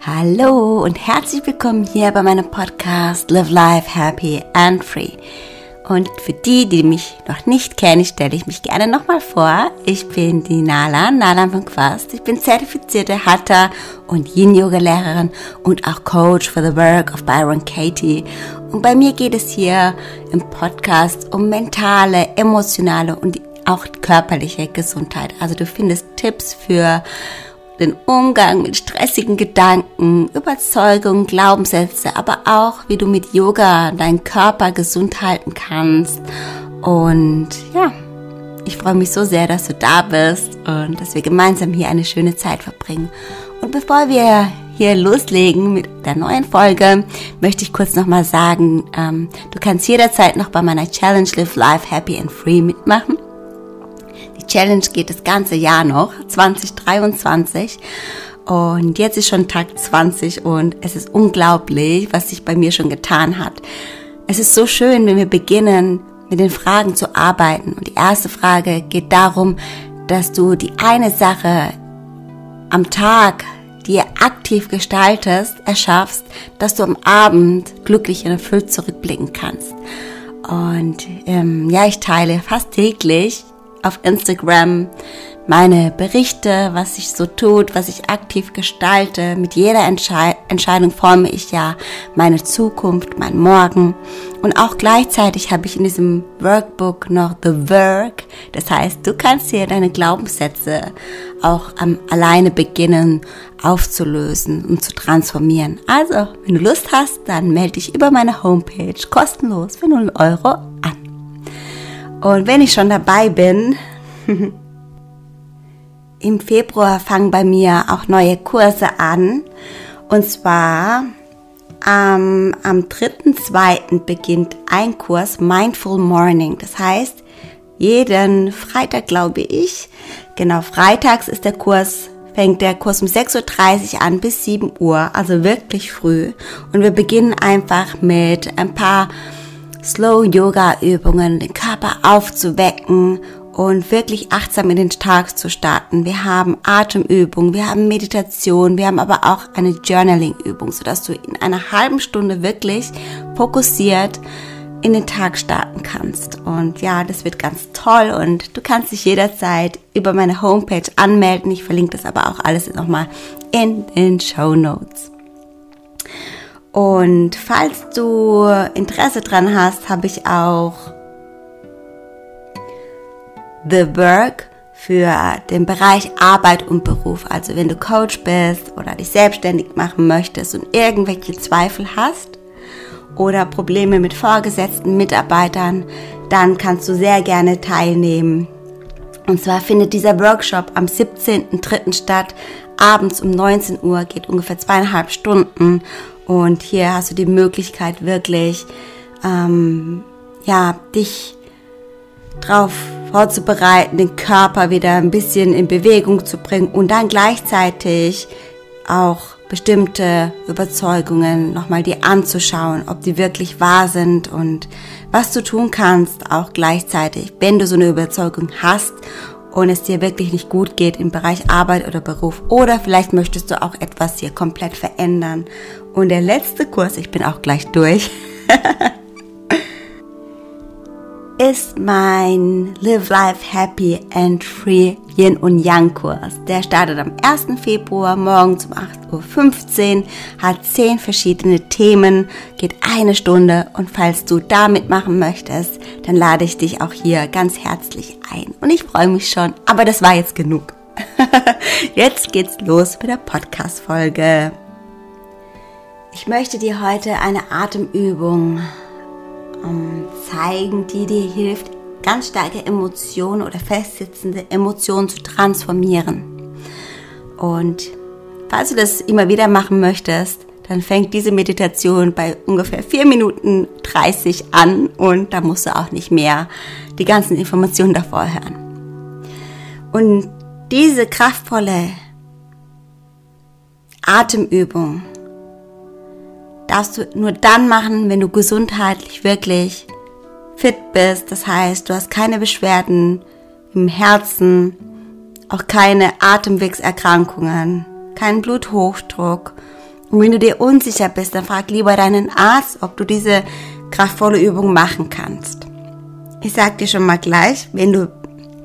Hallo und herzlich willkommen hier bei meinem Podcast Live Life Happy and Free. Und für die mich noch nicht kennen, stelle ich mich gerne nochmal vor. Ich bin die Nalan von Quast. Ich bin zertifizierte Hatha und Yin-Yoga-Lehrerin und auch Coach for the Work of Byron Katie. Und bei mir geht es hier im Podcast um mentale, emotionale und auch körperliche Gesundheit. Also du findest Tipps für den Umgang mit stressigen Gedanken, Überzeugungen, Glaubenssätze, aber auch, wie du mit Yoga deinen Körper gesund halten kannst. Und ja, ich freue mich so sehr, dass du da bist und dass wir gemeinsam hier eine schöne Zeit verbringen. Und bevor wir hier loslegen mit der neuen Folge, möchte ich kurz nochmal sagen, du kannst jederzeit noch bei meiner Challenge Live Life Happy and Free mitmachen. Challenge geht das ganze Jahr noch, 2023, und jetzt ist schon Tag 20 und es ist unglaublich, was sich bei mir schon getan hat. Es ist so schön, wenn wir beginnen, mit den Fragen zu arbeiten, und die erste Frage geht darum, dass du die eine Sache am Tag, die ihr aktiv gestaltest, erschaffst, dass du am Abend glücklich und erfüllt zurückblicken kannst. Und ich teile fast täglich auf Instagram meine Berichte, was sich so tut, was ich aktiv gestalte. Mit jeder Entscheidung forme ich ja meine Zukunft, mein Morgen. Und auch gleichzeitig habe ich in diesem Workbook noch The Work. Das heißt, du kannst hier deine Glaubenssätze auch alleine beginnen aufzulösen und zu transformieren. Also, wenn du Lust hast, dann melde dich über meine Homepage kostenlos für 0 Euro an. Und wenn ich schon dabei bin, im Februar fangen bei mir auch neue Kurse an. Und zwar am 3.2. beginnt ein Kurs Mindful Morning. Das heißt, jeden Freitag, glaube ich, genau, freitags ist fängt der Kurs um 6.30 Uhr an bis 7 Uhr, also wirklich früh. Und wir beginnen einfach mit ein paar Slow-Yoga-Übungen, den Körper aufzuwecken und wirklich achtsam in den Tag zu starten. Wir haben Atemübungen, wir haben Meditation, wir haben aber auch eine Journaling-Übung, sodass du in einer halben Stunde wirklich fokussiert in den Tag starten kannst. Und ja, das wird ganz toll und du kannst dich jederzeit über meine Homepage anmelden. Ich verlinke das aber auch alles nochmal in den Shownotes. Und falls du Interesse dran hast, habe ich auch The Work für den Bereich Arbeit und Beruf. Also wenn du Coach bist oder dich selbstständig machen möchtest und irgendwelche Zweifel hast oder Probleme mit Vorgesetzten, Mitarbeitern, dann kannst du sehr gerne teilnehmen. Und zwar findet dieser Workshop am 17.03. statt, abends um 19 Uhr, geht ungefähr 2,5 Stunden. Und hier hast du die Möglichkeit, wirklich dich drauf vorzubereiten, den Körper wieder ein bisschen in Bewegung zu bringen und dann gleichzeitig auch bestimmte Überzeugungen nochmal dir anzuschauen, ob die wirklich wahr sind und was du tun kannst, auch gleichzeitig, wenn du so eine Überzeugung hast und es dir wirklich nicht gut geht im Bereich Arbeit oder Beruf, oder vielleicht möchtest du auch etwas hier komplett verändern. Und der letzte Kurs, ich bin auch gleich durch, ist mein Live Life Happy and Free Yin und Yang Kurs. Der startet am 1. Februar morgens um 8.15 Uhr, hat 10 verschiedene Themen, geht 1 Stunde, und falls du da mitmachen möchtest, dann lade ich dich auch hier ganz herzlich ein. Und ich freue mich schon, aber das war jetzt genug. Jetzt geht's los mit der Podcast-Folge. Ich möchte dir heute eine Atemübung zeigen, die dir hilft, ganz starke Emotionen oder festsitzende Emotionen zu transformieren. Und falls du das immer wieder machen möchtest, dann fängt diese Meditation bei ungefähr 4 Minuten 30 an und da musst du auch nicht mehr die ganzen Informationen davor hören. Und diese kraftvolle Atemübung darfst du nur dann machen, wenn du gesundheitlich wirklich fit bist. Das heißt, du hast keine Beschwerden im Herzen, auch keine Atemwegserkrankungen, keinen Bluthochdruck Und wenn du dir unsicher bist, dann frag lieber deinen Arzt, ob du diese kraftvolle Übung machen kannst. Ich sag dir schon mal gleich, wenn du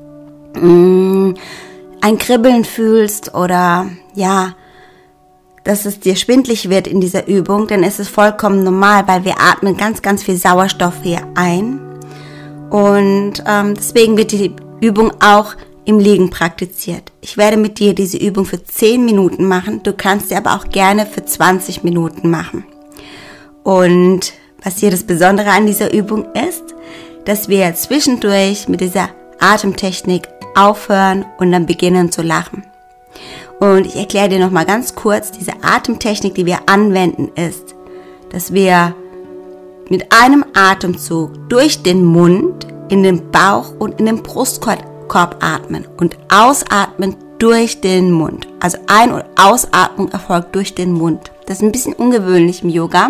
ein Kribbeln fühlst oder dass es dir schwindelig wird in dieser Übung, dann ist es vollkommen normal, weil wir atmen ganz, ganz viel Sauerstoff hier ein. Und deswegen wird die Übung auch im Liegen praktiziert. Ich werde mit dir diese Übung für 10 Minuten machen. Du kannst sie aber auch gerne für 20 Minuten machen. Und was hier das Besondere an dieser Übung ist, dass wir zwischendurch mit dieser Atemtechnik aufhören und dann beginnen zu lachen. Und ich erkläre dir nochmal ganz kurz, diese Atemtechnik, die wir anwenden, ist, dass wir mit einem Atemzug durch den Mund in den Bauch und in den Brustkorb atmen und ausatmen durch den Mund. Also Ein- und Ausatmung erfolgt durch den Mund. Das ist ein bisschen ungewöhnlich im Yoga,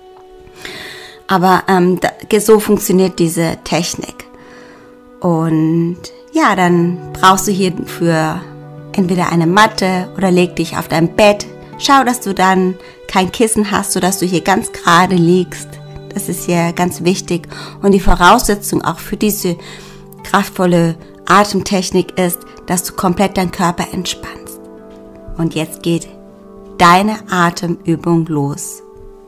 aber so funktioniert diese Technik. Und ja, dann brauchst du hierfür entweder eine Matte oder leg dich auf dein Bett. Schau, dass du dann kein Kissen hast, sodass du hier ganz gerade liegst. Das ist hier ganz wichtig. Und die Voraussetzung auch für diese kraftvolle Atemtechnik ist, dass du komplett deinen Körper entspannst. Und jetzt geht deine Atemübung los.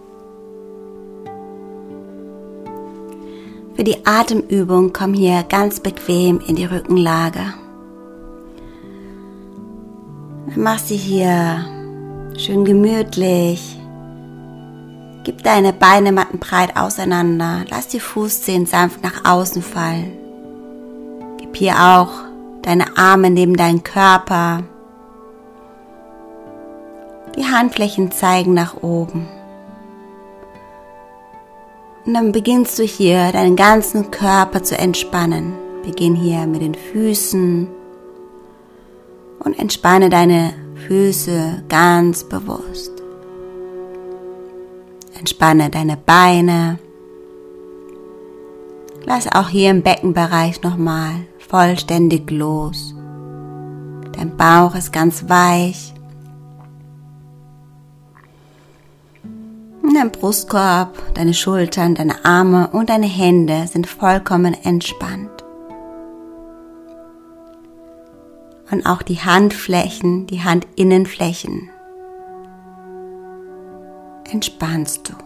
Für die Atemübung komm hier ganz bequem in die Rückenlage. Dann mach sie hier schön gemütlich. Gib deine Beine mattenbreit auseinander. Lass die Fußzehen sanft nach außen fallen. Gib hier auch deine Arme neben deinen Körper. Die Handflächen zeigen nach oben. Und dann beginnst du hier deinen ganzen Körper zu entspannen. Beginn hier mit den Füßen und entspanne deine Füße ganz bewusst. Entspanne deine Beine. Lass auch hier im Beckenbereich nochmal vollständig los. Dein Bauch ist ganz weich. Und dein Brustkorb, deine Schultern, deine Arme und deine Hände sind vollkommen entspannt. Und auch die Handflächen, die Handinnenflächen entspannst du.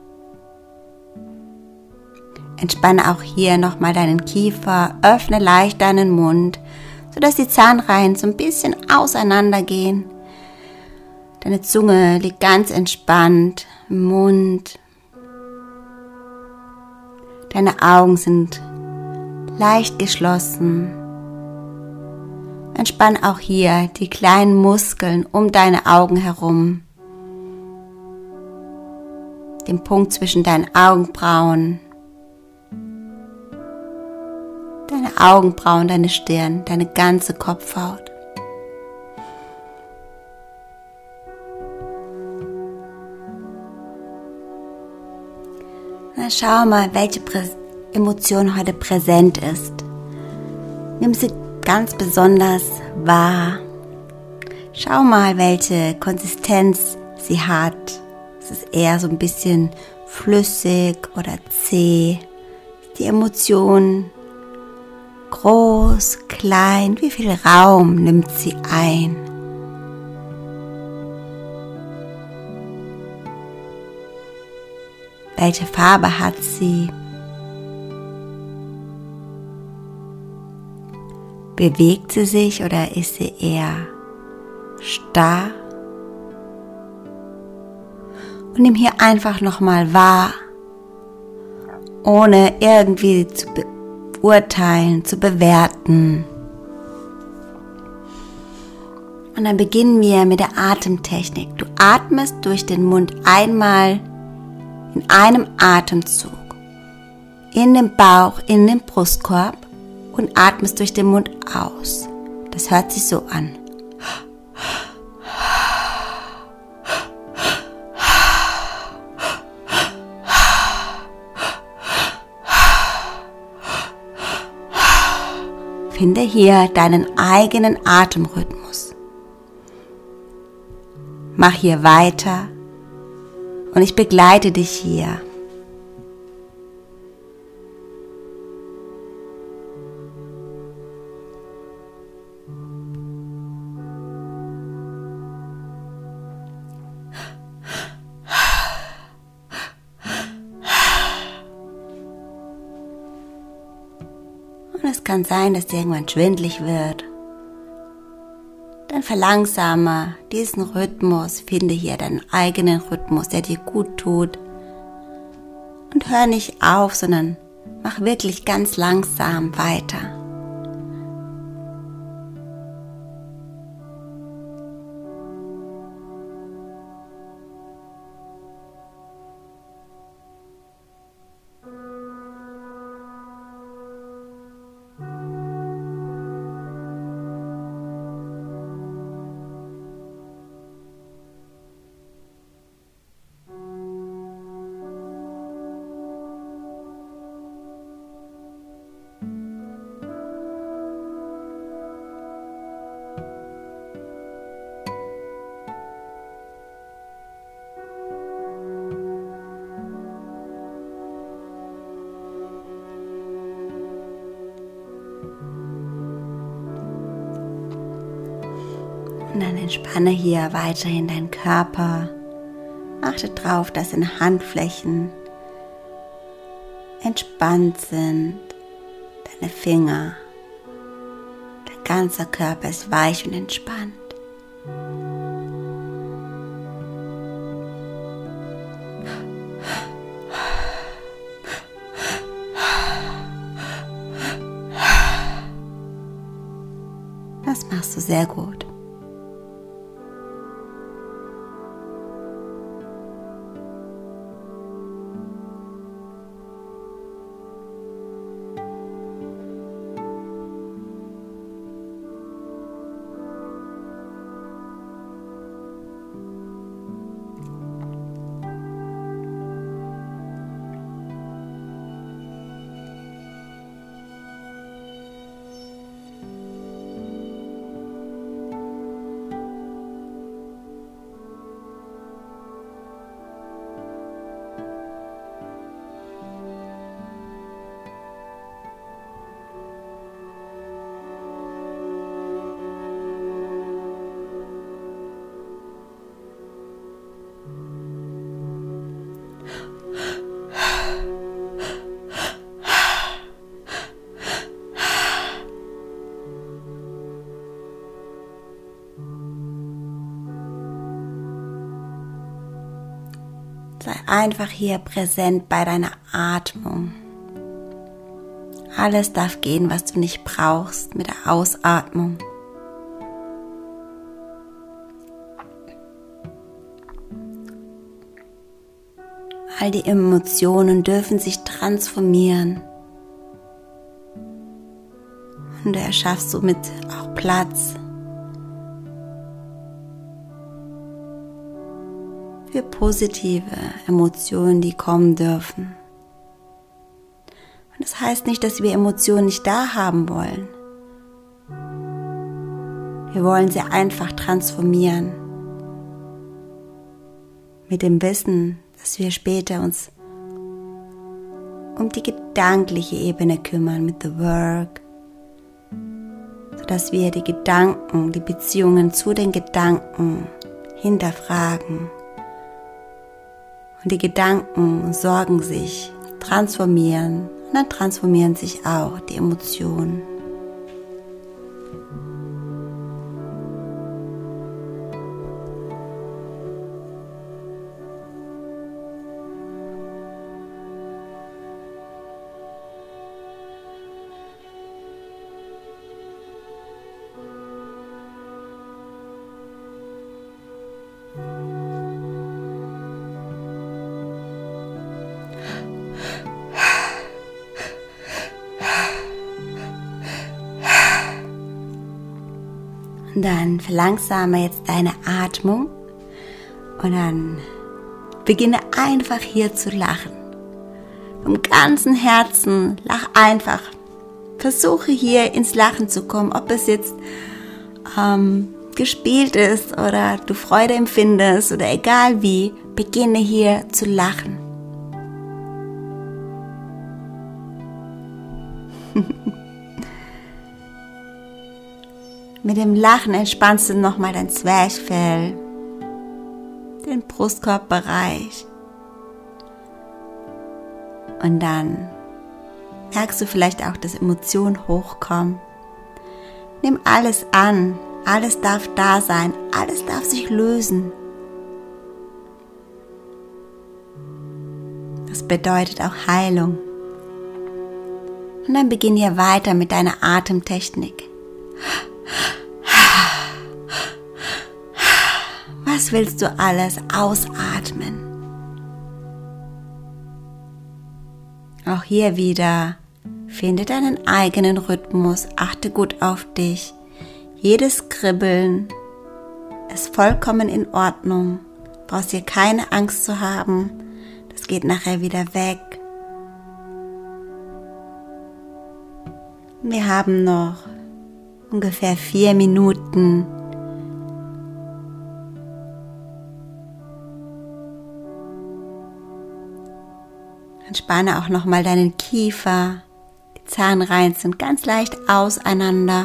Entspanne auch hier nochmal deinen Kiefer, öffne leicht deinen Mund, sodass die Zahnreihen so ein bisschen auseinander gehen. Deine Zunge liegt ganz entspannt im Mund. Deine Augen sind leicht geschlossen. Entspann auch hier die kleinen Muskeln um deine Augen herum. Den Punkt zwischen deinen Augenbrauen. Deine Augenbrauen, deine Stirn, deine ganze Kopfhaut. Na, schau mal, welche Emotion heute präsent ist. Nimm sie ganz besonders wahr. Schau mal, welche Konsistenz sie hat. Es ist eher so ein bisschen flüssig oder zäh. Die Emotion groß, klein, wie viel Raum nimmt sie ein? Welche Farbe hat sie? Bewegt sie sich oder ist sie eher starr? Und nimm hier einfach nochmal wahr, ohne irgendwie zu beurteilen, zu bewerten. Und dann beginnen wir mit der Atemtechnik. Du atmest durch den Mund einmal in einem Atemzug in den Bauch, in den Brustkorb und atmest durch den Mund aus. Das hört sich so an. Finde hier deinen eigenen Atemrhythmus. Mach hier weiter Und ich begleite dich hier. Und es kann sein, dass dir irgendwann schwindelig wird. Dann verlangsame diesen Rhythmus, finde hier deinen eigenen Rhythmus, der dir gut tut. Und hör nicht auf, sondern mach wirklich ganz langsam weiter. Und dann entspanne hier weiterhin deinen Körper. Achte darauf, dass deine Handflächen entspannt sind, deine Finger. Dein ganzer Körper ist weich und entspannt. Das machst du sehr gut. Sei einfach hier präsent bei deiner Atmung. Alles darf gehen, was du nicht brauchst mit der Ausatmung. All die Emotionen dürfen sich transformieren. Und du erschaffst somit auch Platz für positive Emotionen, die kommen dürfen. Und das heißt nicht, dass wir Emotionen nicht da haben wollen. Wir wollen sie einfach transformieren. Mit dem Wissen, dass wir später uns um die gedankliche Ebene kümmern mit The Work, sodass wir die Gedanken, die Beziehungen zu den Gedanken hinterfragen. Und die Gedanken und Sorgen sich transformieren und dann transformieren sich auch die Emotionen. Und dann verlangsame jetzt deine Atmung und dann beginne einfach hier zu lachen. Vom ganzen Herzen lach einfach. Versuche hier ins Lachen zu kommen, ob es jetzt gespielt ist oder du Freude empfindest oder egal wie. beginne hier zu lachen. Mit dem Lachen entspannst du nochmal dein Zwerchfell, den Brustkorbbereich. Und dann merkst du vielleicht auch, dass Emotionen hochkommen. Nimm alles an, alles darf da sein, alles darf sich lösen. Das bedeutet auch Heilung. Und dann beginn hier weiter mit deiner Atemtechnik. Was willst du alles ausatmen? Auch hier wieder, finde deinen eigenen Rhythmus, achte gut auf dich. Jedes Kribbeln ist vollkommen in Ordnung. Du brauchst hier keine Angst zu haben, das geht nachher wieder weg. Wir haben noch ungefähr 4 Minuten. Entspanne auch nochmal deinen Kiefer. Die Zahnreihen sind ganz leicht auseinander.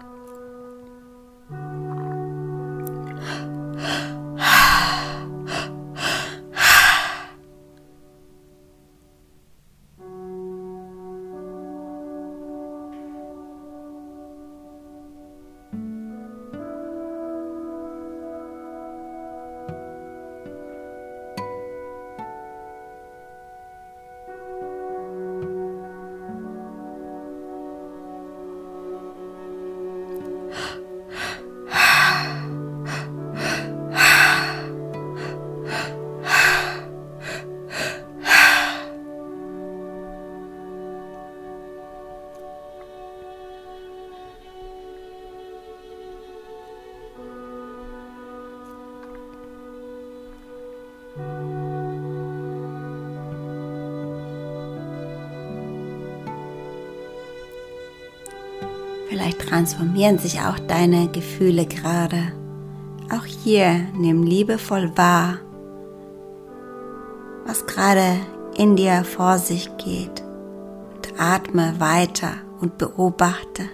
Vielleicht transformieren sich auch deine Gefühle gerade. Auch hier nimm liebevoll wahr, was gerade in dir vor sich geht. Und atme weiter und beobachte.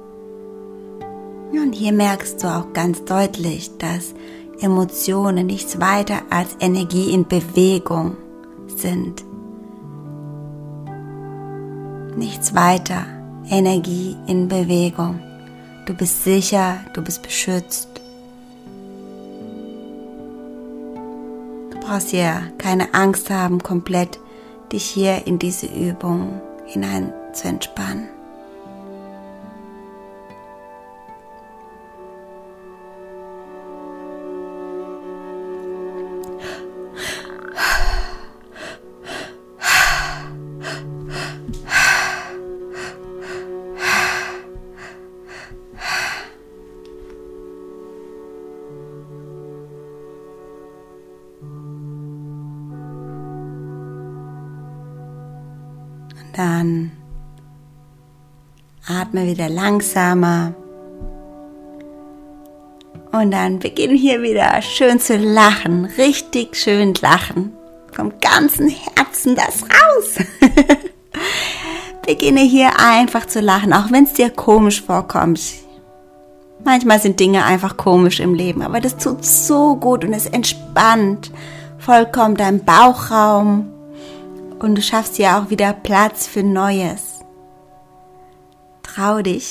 Und hier merkst du auch ganz deutlich, dass Emotionen nichts weiter als Energie in Bewegung sind. Nichts weiter. Energie in Bewegung. Du bist sicher, du bist beschützt. Du brauchst hier keine Angst haben, komplett dich hier in diese Übung hinein zu entspannen. Dann atme wieder langsamer und dann beginn hier wieder schön zu lachen, richtig schön lachen, vom ganzen Herzen das raus. Beginne hier einfach zu lachen, auch wenn es dir komisch vorkommt. Manchmal sind Dinge einfach komisch im Leben, aber das tut so gut und es entspannt vollkommen deinen Bauchraum. Und du schaffst ja auch wieder Platz für Neues. Trau dich.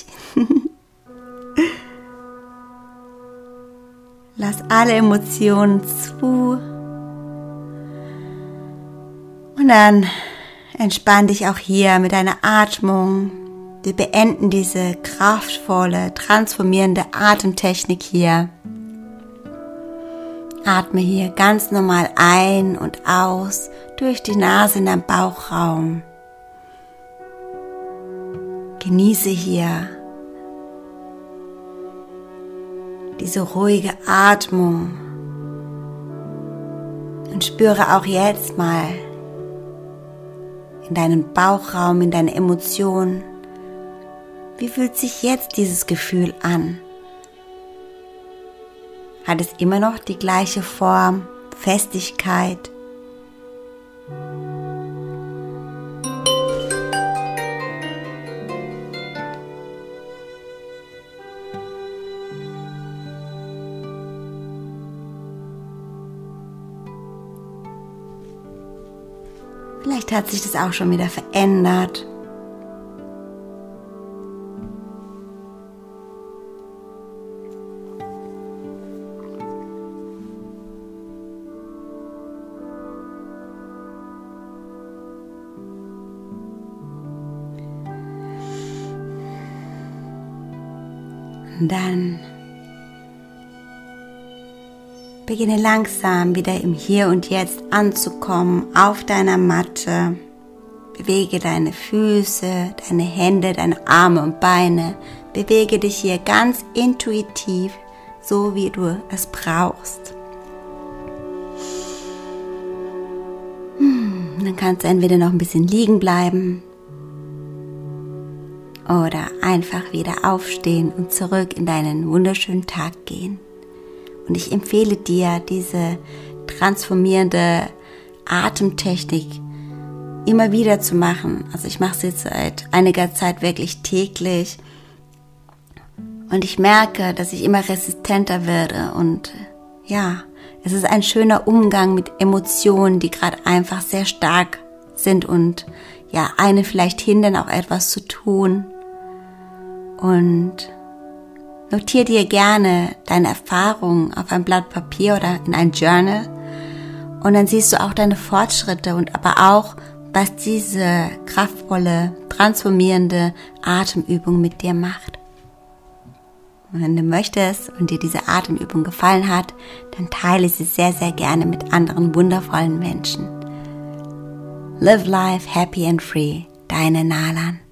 Lass alle Emotionen zu. Und dann entspann dich auch hier mit deiner Atmung. Wir beenden diese kraftvolle, transformierende Atemtechnik hier. Atme hier ganz normal ein und aus durch die Nase in deinem Bauchraum. Genieße hier diese ruhige Atmung und spüre auch jetzt mal in deinen Bauchraum, in deine Emotionen. Wie fühlt sich jetzt dieses Gefühl an? Hat es immer noch die gleiche Form Festigkeit. Vielleicht hat sich das auch schon wieder verändert. Und dann beginne langsam wieder im Hier und Jetzt anzukommen, auf deiner Matte. Bewege deine Füße, deine Hände, deine Arme und Beine. Bewege dich hier ganz intuitiv, so wie du es brauchst. Dann kannst du entweder noch ein bisschen liegen bleiben oder einfach wieder aufstehen und zurück in deinen wunderschönen Tag gehen. Und ich empfehle dir, diese transformierende Atemtechnik immer wieder zu machen. Also ich mache sie seit einiger Zeit wirklich täglich. Und ich merke, dass ich immer resistenter werde. Und ja, es ist ein schöner Umgang mit Emotionen, die gerade einfach sehr stark sind und ja, eine vielleicht hindern, auch etwas zu tun. Und notiere dir gerne deine Erfahrungen auf ein Blatt Papier oder in ein Journal und dann siehst du auch deine Fortschritte und aber auch, was diese kraftvolle, transformierende Atemübung mit dir macht. Und wenn du möchtest und dir diese Atemübung gefallen hat, dann teile sie sehr, sehr gerne mit anderen wundervollen Menschen. Live life happy and free, deine Nalan.